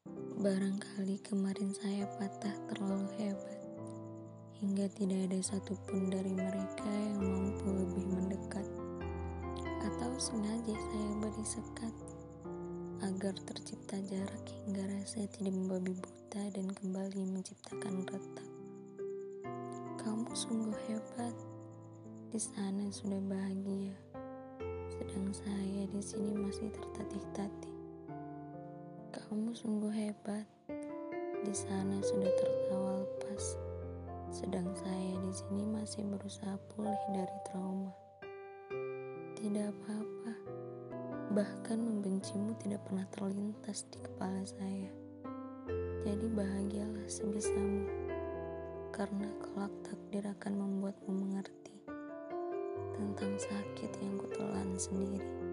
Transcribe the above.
Barangkali kemarin saya patah terlalu hebat, hingga tidak ada satupun dari mereka yang mampu lebih mendekat. Atau sengaja saya beri sekat, agar tercipta jarak hingga rasa tidak membabi buta dan kembali menciptakan retak. Kamu sungguh hebat, di sana sudah bahagia, sedang saya di sini masih tertatih-tatih. Kamu sungguh hebat, di sana sudah tertawa lepas, sedang saya di sini masih berusaha pulih dari trauma. Tidak apa-apa, bahkan membencimu tidak pernah terlintas di kepala saya. Jadi bahagialah sebisamu, karena kelak takdir akan membuatmu mengerti tentang sakit yang kutelan sendiri.